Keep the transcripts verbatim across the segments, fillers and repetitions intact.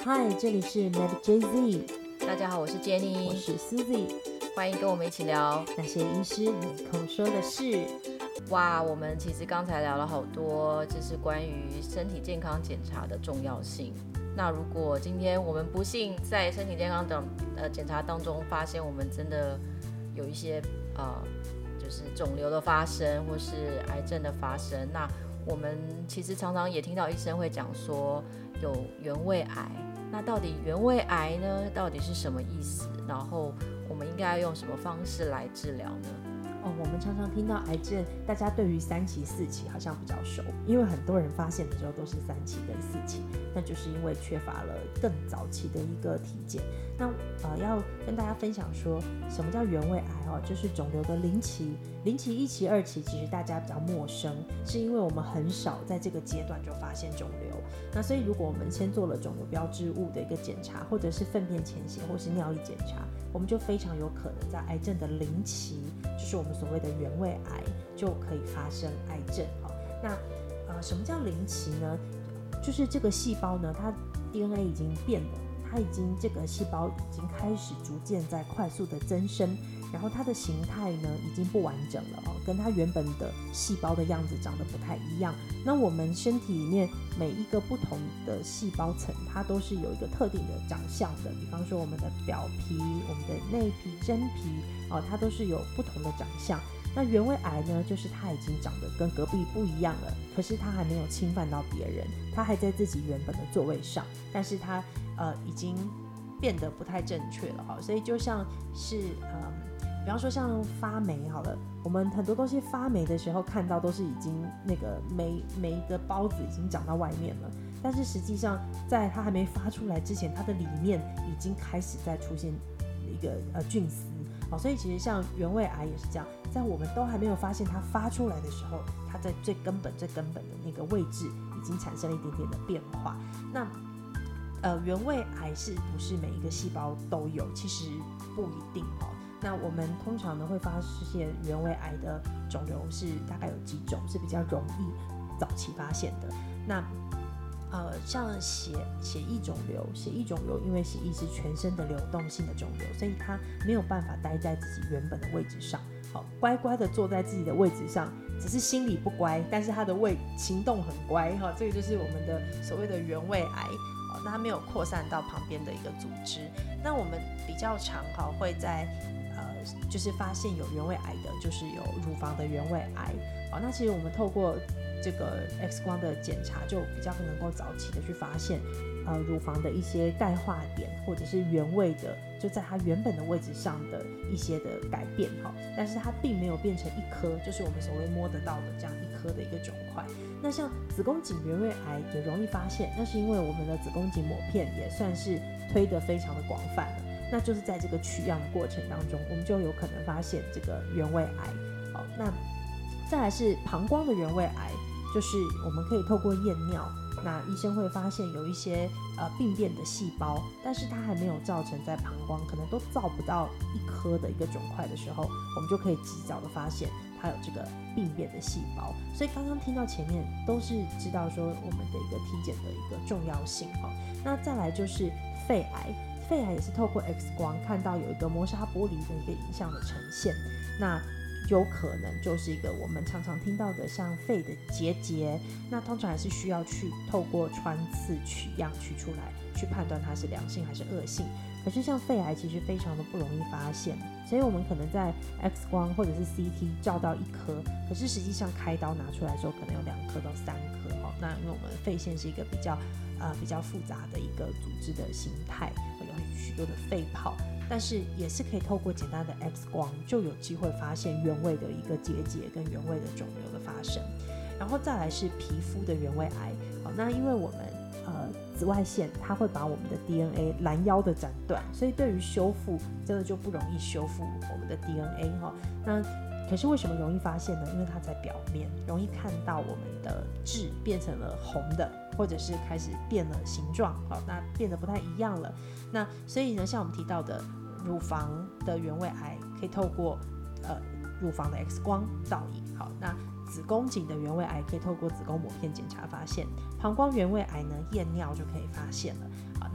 嗨，这里是 Med J Z， 大家好，我是 Jenny， 我是 Suzy， 欢迎跟我们一起聊那些医师没空说的事。 哇，我们其实刚才聊了好多，就是关于身体健康检查的重要性。那如果今天我们不幸在身体健康等呃检查当中发现我们真的有一些呃就是肿瘤的发生或是癌症的发生，那我们其实常常也听到医生会讲说有原位癌。那到底原位癌呢？到底是什么意思？然后我们应该用什么方式来治疗呢？ 哦，我们常常听到癌症，大家对于三期、四期好像比较熟，因为很多人发现的时候都是三期跟四期，那就是因为缺乏了更早期的一个体检。那呃，要跟大家分享说，什么叫原位癌哦？就是肿瘤的零期、零期、一期、二期，其实大家比较陌生，是因为我们很少在这个阶段就发现肿瘤。那所以，如果我们先做了肿瘤标志物的一个检查，或者是粪便潜血，或是尿液检查，我们就非常有可能在癌症的零期，就是我们所谓的原位癌，就可以发生癌症。那呃，什么叫零期呢？就是这个细胞呢，它 D N A 已经变了，它已经这个细胞已经开始逐渐在快速的增生，然后它的形态呢已经不完整了哦，跟它原本的细胞的样子长得不太一样。那我们身体里面每一个不同的细胞层，它都是有一个特定的长相的，比方说我们的表皮、我们的内皮、真皮哦，它都是有不同的长相。那原位癌呢，就是它已经长得跟隔壁不一样了，可是它还没有侵犯到别人，它还在自己原本的座位上，但是它呃已经变得不太正确了哈，所以就像是呃，比方说像发霉好了，我们很多东西发霉的时候看到都是已经那个霉霉的孢子已经长到外面了，但是实际上在它还没发出来之前，它的里面已经开始在出现一个呃菌丝。哦，所以其实像原位癌也是这样，在我们都还没有发现它发出来的时候，它在最根本最根本的那个位置已经产生了一点点的变化。那呃，原位癌是不是每一个细胞都有？其实不一定哦。那我们通常呢会发现原位癌的肿瘤是大概有几种，是比较容易早期发现的。那呃，像血血液肿瘤，血液肿瘤因为血液是全身的流动性的肿瘤，所以它没有办法待在自己原本的位置上，好、哦，乖乖的坐在自己的位置上，只是心里不乖，但是它的位行动很乖哈、哦，这个就是我们的所谓的原位癌，哦，那它没有扩散到旁边的一个组织。那我们比较常哈、哦、会在呃，就是发现有原位癌的，就是有乳房的原位癌，哦，那其实我们透过这个 X 光的检查就比较能够早期的去发现呃乳房的一些钙化点或者是原位的就在它原本的位置上的一些的改变，但是它并没有变成一颗，就是我们所谓摸得到的这样一颗的一个肿块。那像子宫颈原位癌也容易发现，那是因为我们的子宫颈抹片也算是推得非常的广泛了，那就是在这个取样的过程当中我们就有可能发现这个原位癌。好，那再来是膀胱的原位癌，就是我们可以透过验尿，那医生会发现有一些呃病变的细胞，但是它还没有造成在膀胱可能都造不到一颗的一个肿块的时候，我们就可以及早的发现它有这个病变的细胞。所以刚刚听到前面都是知道说我们的一个体检的一个重要性。那再来就是肺癌，肺癌也是透过 X 光看到有一个磨砂玻璃的一个影像的呈现，那有可能就是一个我们常常听到的像肺的结节，那通常还是需要去透过穿刺取样取出来，去判断它是良性还是恶性。可是像肺癌其实非常的不容易发现，所以我们可能在 X 光或者是 C T 照到一颗，可是实际上开刀拿出来的时候可能有两颗到三颗。那因为我们肺腺是一个比较呃比较复杂的一个组织的形态，有许多的肺泡，但是也是可以透过简单的 X 光就有机会发现原位的一个结节跟原位的肿瘤的发生。然后再来是皮肤的原位癌，好，那因为我们呃紫外线它会把我们的 D N A 拦腰的斩断，所以对于修复真的就不容易修复我们的 D N A 哈。那可是为什么容易发现呢？因为它在表面，容易看到我们的痣变成了红的，或者是开始变了形状，好，那变得不太一样了。那所以呢，像我们提到的乳房的原位癌，可以透过呃乳房的 X 光造影，好，那子宫颈的原位癌可以透过子宫抹片检查发现，膀胱原位癌呢验尿就可以发现了。好，那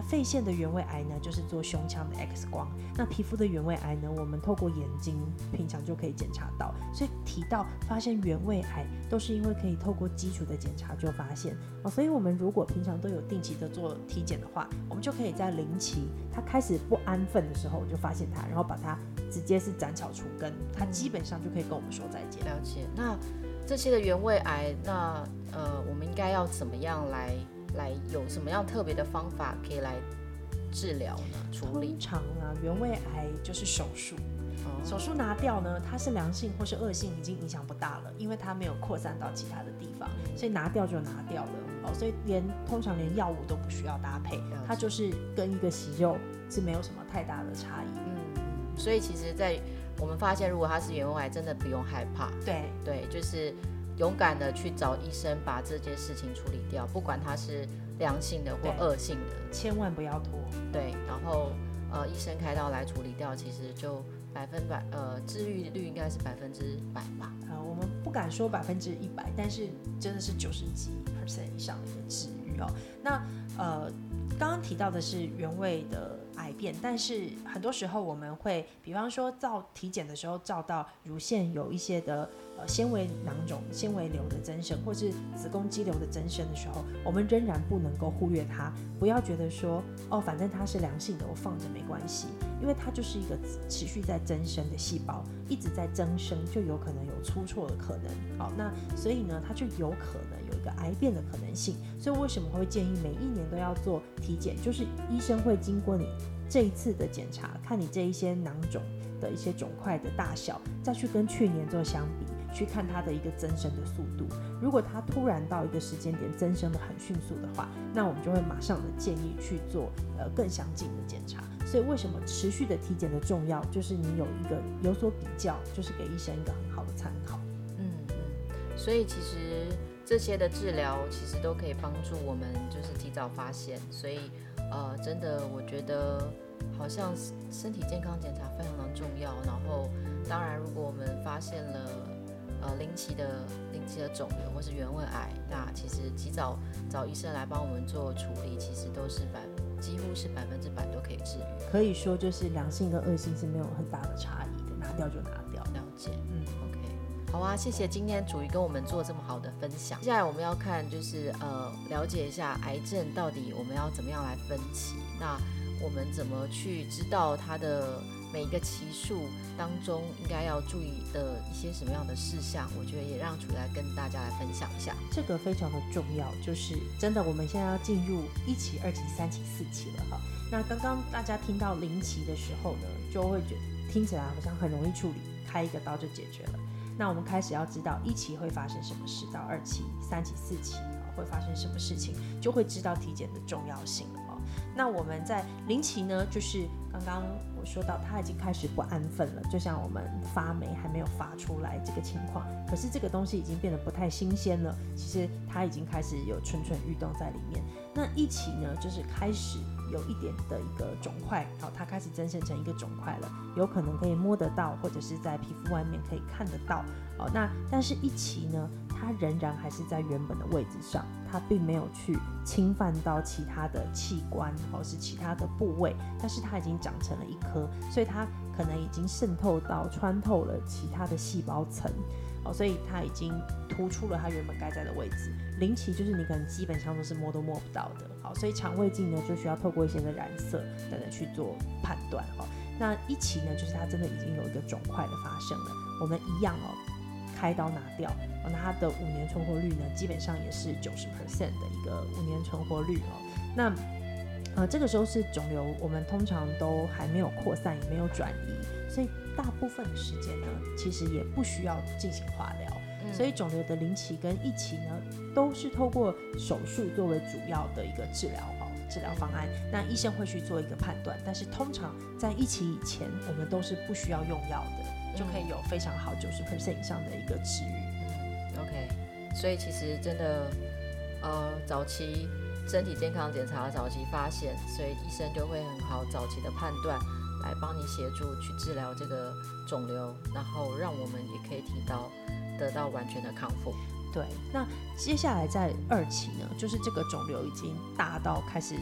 那肺腺的原位癌呢，就是做胸腔的 X 光。那皮肤的原位癌呢，我们透过眼睛平常就可以检查到。所以提到发现原位癌，都是因为可以透过基础的检查就发现、哦、所以我们如果平常都有定期的做体检的话，我们就可以在零期它开始不安分的时候就发现它，然后把它直接是斩草除根，它基本上就可以跟我们说再见。 了解。那这些的原位癌，那呃，我们应该要怎么样来来有什么样特别的方法可以来治疗呢？处理？ 通常啊，原位癌就是手术。手术拿掉呢，它是良性或是恶性已经影响不大了，因为它没有扩散到其他的地方，所以拿掉就拿掉了、哦、所以连通常连药物都不需要搭配，它就是跟一个息肉是没有什么太大的差异。 嗯，所以其实在我们发现如果它是原位癌，真的不用害怕， 对对，就是勇敢的去找医生把这件事情处理掉，不管它是良性的或恶性的， 千万不要拖。 对，然后呃医生开刀来处理掉，其实就百分百呃治愈率应该是百分之百吧。 呃，我们不敢说百分之一百，但是真的是九十几 percent 以上的一个治愈哦。那呃刚刚提到的是原位的癌变，但是很多时候我们会，比方说照体检的时候照到乳腺有一些的呃纤维囊肿、纤维瘤的增生，或是子宫肌瘤的增生的时候，我们仍然不能够忽略它，不要觉得说哦，反正它是良性的，我放着没关系，因为它就是一个持续在增生的细胞，一直在增生，就有可能有出错的可能。好，那所以呢，它就有可能有一个癌变的可能性。所以为什么会建议每一年都要做体检？就是医生会经过你这一次的检查，看你这一些囊肿的一些肿块的大小，再去跟去年做相比，去看它的一个增生的速度。如果它突然到一个时间点增生的很迅速的话，那我们就会马上的建议去做呃更详尽的检查。所以为什么持续的体检的重要，就是你有一个有所比较，就是给医生一个很好的参考。 嗯嗯，所以其实这些的治疗其实都可以帮助我们就是提早发现，所以呃真的我觉得好像身体健康检查非常的重要。然后当然如果我们发现了呃零期的零期的肿瘤或是原位癌，那其实及早找医生来帮我们做处理，其实都是百几乎是百分之百都可以治愈。 可以说就是良性跟恶性是没有很大的差异的，拿掉就拿掉。 了解。 嗯 OK， 好啊，谢谢今天主瑜跟我们做这么好的分享。接下来我们要看就是呃了解一下癌症到底我们要怎么样来分期，那我们怎么去知道它的每一个期数当中应该要注意的一些什么样的事项，我觉得也让主瑜来跟大家来分享一下。 这个非常的重要，就是真的我们现在要进入一期、二期、三期、四期了哈。那刚刚大家听到零期的时候呢，就会觉得听起来好像很容易处理，开一个刀就解决了。那我们开始要知道一期会发生什么事，到二期、三期、四期会发生什么事情，就会知道体检的重要性了。那我们在零期呢，就是刚刚我说到它已经开始不安分了，就像我们发霉还没有发出来这个情况，可是这个东西已经变得不太新鲜了，其实它已经开始有蠢蠢欲动在里面。那一期呢，就是开始有一点的一个肿块，好，它开始增生成一个肿块了，有可能可以摸得到，或者是在皮肤外面可以看得到。哦，那但是一期呢，它仍然还是在原本的位置上，它并没有去侵犯到其他的器官或是其他的部位，但是它已经长成了一颗，所以它可能已经渗透到穿透了其他的细胞层。哦，所以它已经突出了它原本该在的位置。零期就是你可能基本上都是摸都摸不到的。好，所以肠胃镜呢就需要透过一些的染色等等去做判断。哦，那一期呢就是它真的已经有一个肿块的发生了，我们一样哦，开刀拿掉。哦，那它的五年存活率呢基本上也是 百分之九十 的一个五年存活率。哦，那呃这个时候是肿瘤我们通常都还没有扩散也没有转移，所以大部分的时间呢其实也不需要进行化疗。嗯，所以肿瘤的零期跟一期呢都是透过手术作为主要的一个治疗治疗方案，那医生会去做一个判断，但是通常在一期以前我们都是不需要用药的，就可以有非常好 百分之九十 以上的一个治愈。 嗯 OK， 所以其实真的呃早期身体健康检查早期发现，所以医生就会很好早期的判断来帮你协助去治疗这个肿瘤，然后让我们也可以提到得到完全的康复。 对，那接下来在二期呢，就是这个肿瘤已经大到开始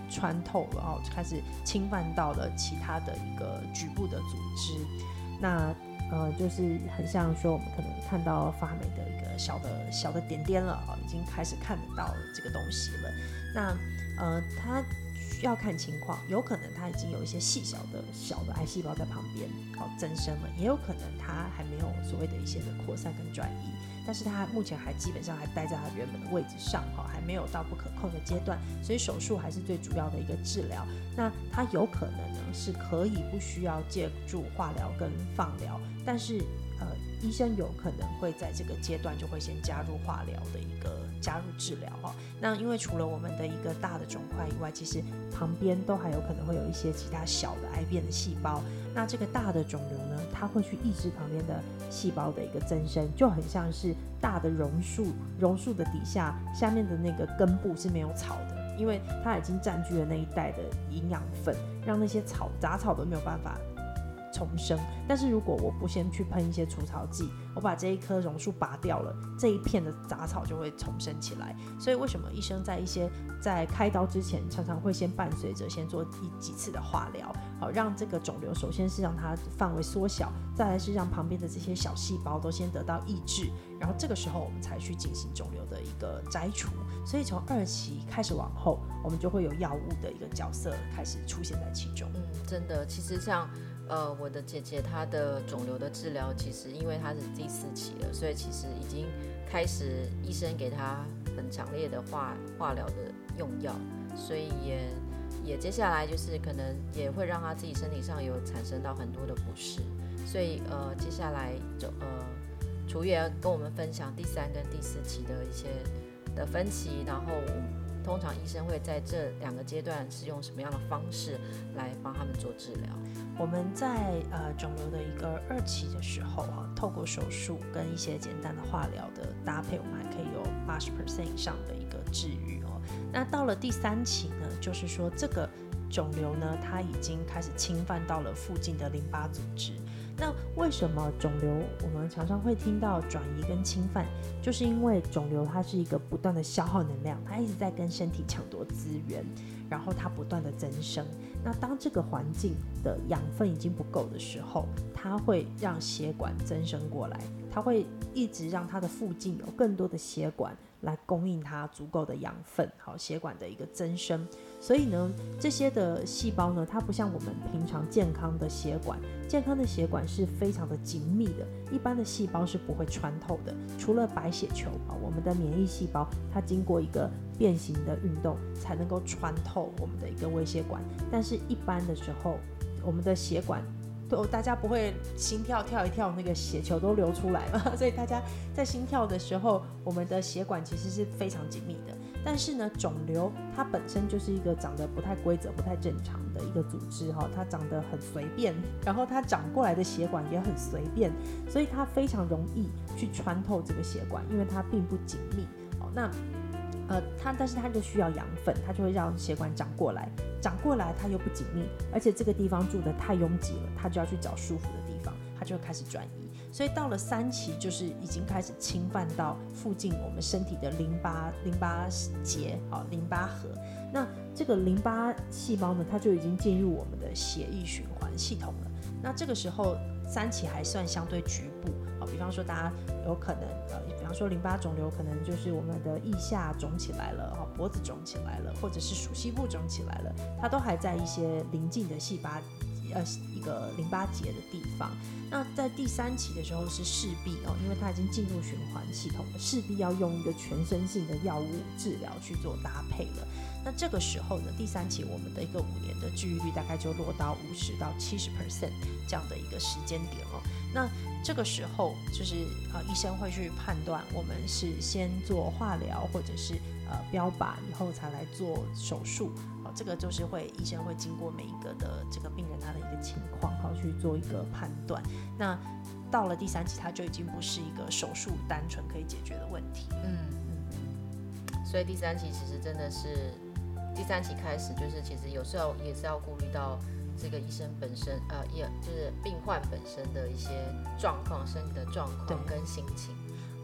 穿透了哦，开始侵犯到了其他的一个局部的组织。那呃，就是很像说我们可能看到发霉的一个小的小的点点了哦，已经开始看得到这个东西了。那呃，它要看情况，有可能它已经有一些细小的小的癌细胞在旁边好增生了，也有可能它还没有所谓的一些的扩散跟转移，但是它目前还基本上还待在它原本的位置上，还没有到不可控的阶段，所以手术还是最主要的一个治疗。那它有可能呢是可以不需要借助化疗跟放疗，但是呃，医生有可能会在这个阶段就会先加入化疗的一个加入治疗哈。那因为除了我们的一个大的肿块以外，其实旁边都还有可能会有一些其他小的癌变的细胞。那这个大的肿瘤呢，它会去抑制旁边的细胞的一个增生，就很像是大的榕树，榕树的底下下面的那个根部是没有草的，因为它已经占据了那一带的营养分，让那些草杂草都没有办法重生。但是如果我不先去喷一些除草剂，我把这一棵榕树拔掉了，这一片的杂草就会重生起来。所以为什么医生在一些在开刀之前常常会先伴随着先做一几次的化疗，好让这个肿瘤首先是让它范围缩小，再来是让旁边的这些小细胞都先得到抑制，然后这个时候我们才去进行肿瘤的一个摘除。所以从二期开始往后，我们就会有药物的一个角色开始出现在其中。 嗯，真的，其实像呃我的姐姐她的肿瘤的治疗，其实因为她是第四期了，所以其实已经开始医生给她很强烈的化化疗的用药，所以也也接下来就是可能也会让她自己身体上有产生到很多的不适，所以呃接下来就呃楚玉也跟我们分享第三跟第四期的一些的分歧，然后通常医生会在这两个阶段是用什么样的方式来帮他们做治疗？ 我们在呃肿瘤的一个二期的时候啊，透过手术跟一些简单的化疗的搭配，我们还可以有 百分之八十 以上的一个治愈哦。那到了第三期呢，就是说这个肿瘤呢，它已经开始侵犯到了附近的淋巴组织。那为什么肿瘤我们常常会听到转移跟侵犯，就是因为肿瘤它是一个不断的消耗能量，它一直在跟身体抢夺资源，然后它不断的增生。那当这个环境的养分已经不够的时候，它会让血管增生过来，它会一直让它的附近有更多的血管来供应它足够的养分，好，血管的一个增生。所以呢，这些的细胞呢，它不像我们平常健康的血管，健康的血管是非常的紧密的，一般的细胞是不会穿透的，除了白血球啊，我们的免疫细胞，它经过一个变形的运动才能够穿透我们的一个微血管，但是一般的时候，我们的血管大家不会心跳跳一跳，那个血球都流出来了，所以大家在心跳的时候，我们的血管其实是非常紧密的。但是呢，肿瘤它本身就是一个长得不太规则、不太正常的一个组织哈，它长得很随便，然后它长过来的血管也很随便，所以它非常容易去穿透这个血管，因为它并不紧密。哦，那呃，它但是它就需要养分，它就会让血管长过来，长过来它又不紧密，而且这个地方住得太拥挤了，它就要去找舒服的地方，它就会开始转移。所以到了三期，就是已经开始侵犯到附近我们身体的淋巴淋巴结，好，淋巴核。那这个淋巴细胞呢，它就已经进入我们的血液循环系统了。那这个时候三期还算相对局部，好，比方说大家有可能呃，比方说淋巴肿瘤，可能就是我们的腋下肿起来了，好，脖子肿起来了，或者是属膝部肿起来了，它都还在一些邻近的细胞。呃，一个淋巴结的地方。那在第三期的时候是势必哦，因为它已经进入循环系统了，势必要用一个全身性的药物治疗去做搭配了。那这个时候呢，第三期我们的一个五年的治愈率大概就落到五十到七十 percent 这样的一个时间点哦。那这个时候就是呃，医生会去判断我们是先做化疗或者是呃标靶以后才来做手术。这个就是会医生会经过每一个的这个病人他的一个情况，好去做一个判断。那到了第三期，它就已经不是一个手术单纯可以解决的问题。 嗯嗯。所以第三期其实真的是第三期开始，就是其实有时候也是要顾虑到这个医生本身，呃，也就是病患本身的一些状况、身体的状况跟心情。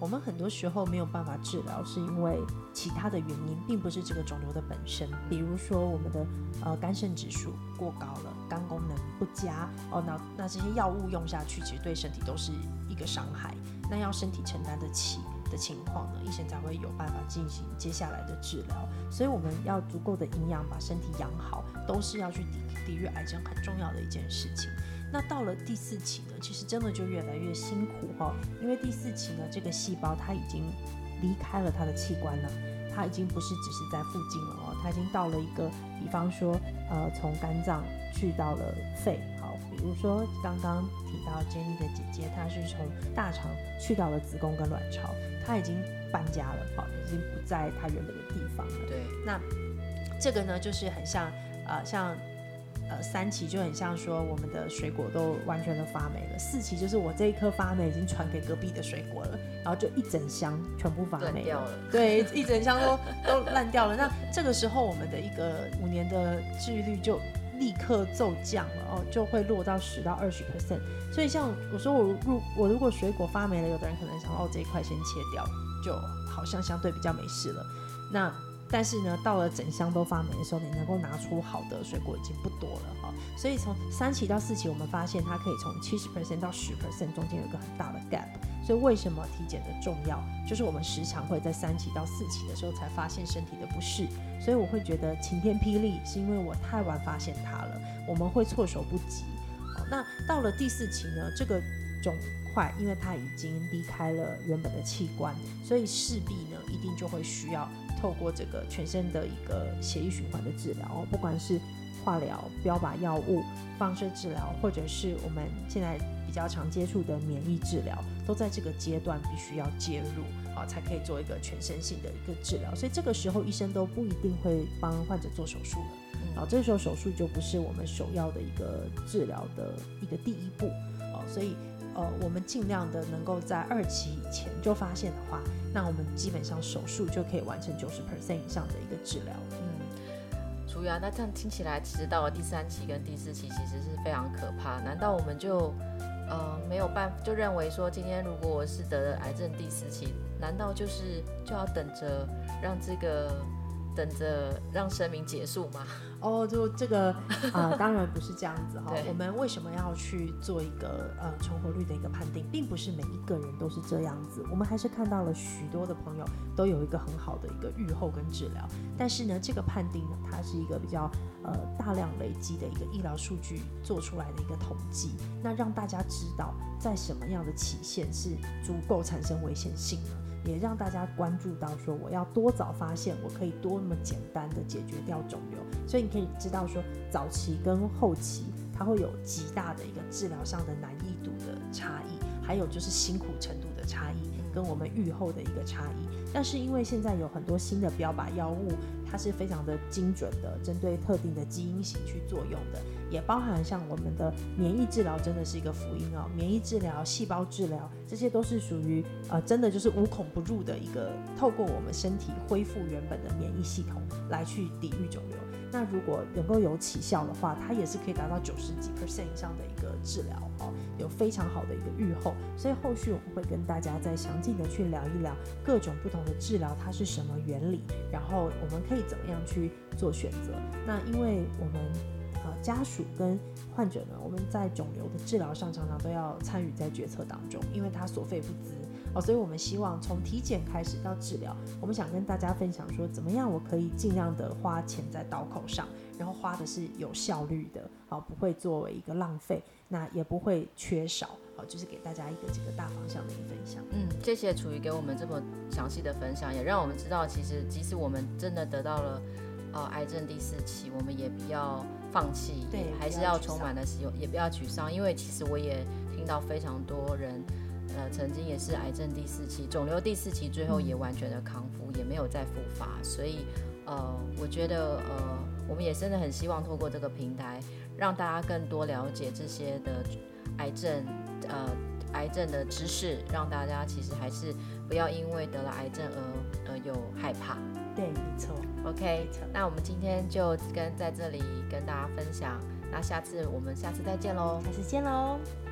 我们很多时候没有办法治疗，是因为其他的原因，并不是这个肿瘤的本身。比如说我们的呃肝肾指数过高了，肝功能不佳哦，那那这些药物用下去，其实对身体都是一个伤害。那要身体承担得起的情况呢，医生才会有办法进行接下来的治疗。所以我们要足够的营养，把身体养好，都是要去抵抵御癌症很重要的一件事情。那到了第四期呢，其实真的就越来越辛苦哦，因为第四期呢，这个细胞它已经离开了它的器官了，它已经不是只是在附近了哦，它已经到了一个，比方说，呃，从肝脏去到了肺，好，比如说刚刚提到 Jenny 的姐姐，她是从大肠去到了子宫跟卵巢，她已经搬家了，好，已经不在她原本的地方了。 对， 那这个呢，就是很像，呃，像。呃，三期就很像说我们的水果都完全的发霉了，四期就是我这一颗发霉已经传给隔壁的水果了，然后就一整箱全部发霉了, 了，对，一整箱都都烂掉了。那这个时候我们的一个五年的治愈率就立刻骤降了哦，就会落到十到二十 percent。所以像我说我如我如果水果发霉了，有的人可能想哦这一块先切掉，就好像相对比较没事了。那但是呢，到了整箱都发霉的时候，你能够拿出好的水果已经不多了哈。所以从三期到四期，我们发现它可以从 百分之七十 到 百分之十 中间有一个很大的 gap。所以为什么体检的重要，就是我们时常会在三期到四期的时候才发现身体的不适。所以我会觉得晴天霹雳，是因为我太晚发现它了，我们会措手不及。那到了第四期呢，这个肿块因为它已经离开了原本的器官，所以势必呢一定就会需要透过这个全身的一个血液循环的治疗，不管是化疗、标靶药物、放射治疗，或者是我们现在比较常接触的免疫治疗，都在这个阶段必须要介入，好，才可以做一个全身性的一个治疗。所以这个时候医生都不一定会帮患者做手术了，好，这个时候手术就不是我们首要的一个治疗的一个第一步，好，所以呃，我们尽量的能够在二期以前就发现的话，那我们基本上手术就可以完成 百分之九十 以上的一个治疗。 嗯，楚瑜啊，那这样听起来，其实到了第三期跟第四期其实是非常可怕。难道我们就呃没有办法，就认为说今天如果我是得了癌症第四期，难道就是就要等着让这个等着让生命结束吗？ 哦，就这个啊、呃，当然不是这样子哈。我们为什么要去做一个呃存活率的一个判定，并不是每一个人都是这样子。我们还是看到了许多的朋友都有一个很好的一个预后跟治疗，但是呢，这个判定呢，它是一个比较呃大量累积的一个医疗数据做出来的一个统计，那让大家知道在什么样的期限是足够产生危险性的。也让大家关注到说我要多早发现，我可以多那么简单的解决掉肿瘤。所以你可以知道说早期跟后期它会有极大的一个治疗上的难易度的差异，还有就是辛苦程度的差异跟我们预后的一个差异。但是因为现在有很多新的标靶药物，它是非常的精准的针对特定的基因型去作用的，也包含像我们的免疫治疗真的是一个福音哦，免疫治疗、细胞治疗，这些都是属于呃真的就是无孔不入的一个，透过我们身体恢复原本的免疫系统来去抵御肿瘤。那如果能够有起效的话，它也是可以达到九十几 percent 以上的一个治疗哦，有非常好的一个预后。所以后续我们会跟大家再详尽的去聊一聊各种不同的治疗它是什么原理，然后我们可以怎么样去做选择。那因为我们呃家属跟患者呢，我们在肿瘤的治疗上常常都要参与在决策当中，因为它所费不赀。哦，所以我们希望从体检开始到治疗，我们想跟大家分享说，怎么样我可以尽量的花钱在刀口上，然后花的是有效率的，好，不会作为一个浪费，那也不会缺少，好，就是给大家一个这个大方向的一个分享。 嗯，谢谢楚瑜给我们这么详细的分享，也让我们知道，其实即使我们真的得到了呃癌症第四期，我们也不要放弃， 对， 还是要充满了希望，也不要沮丧，因为其实我也听到非常多人。呃，曾经也是癌症第四期、肿瘤第四期，最后也完全的康复，嗯、也没有再复发。所以，呃，我觉得，呃，我们也真的很希望透过这个平台，让大家更多了解这些的癌症，呃，癌症的知识，让大家其实还是不要因为得了癌症而呃有害怕。 对，没错。 OK， 那我们今天就跟在这里跟大家分享，那下次我们下次再见喽， 下次见喽。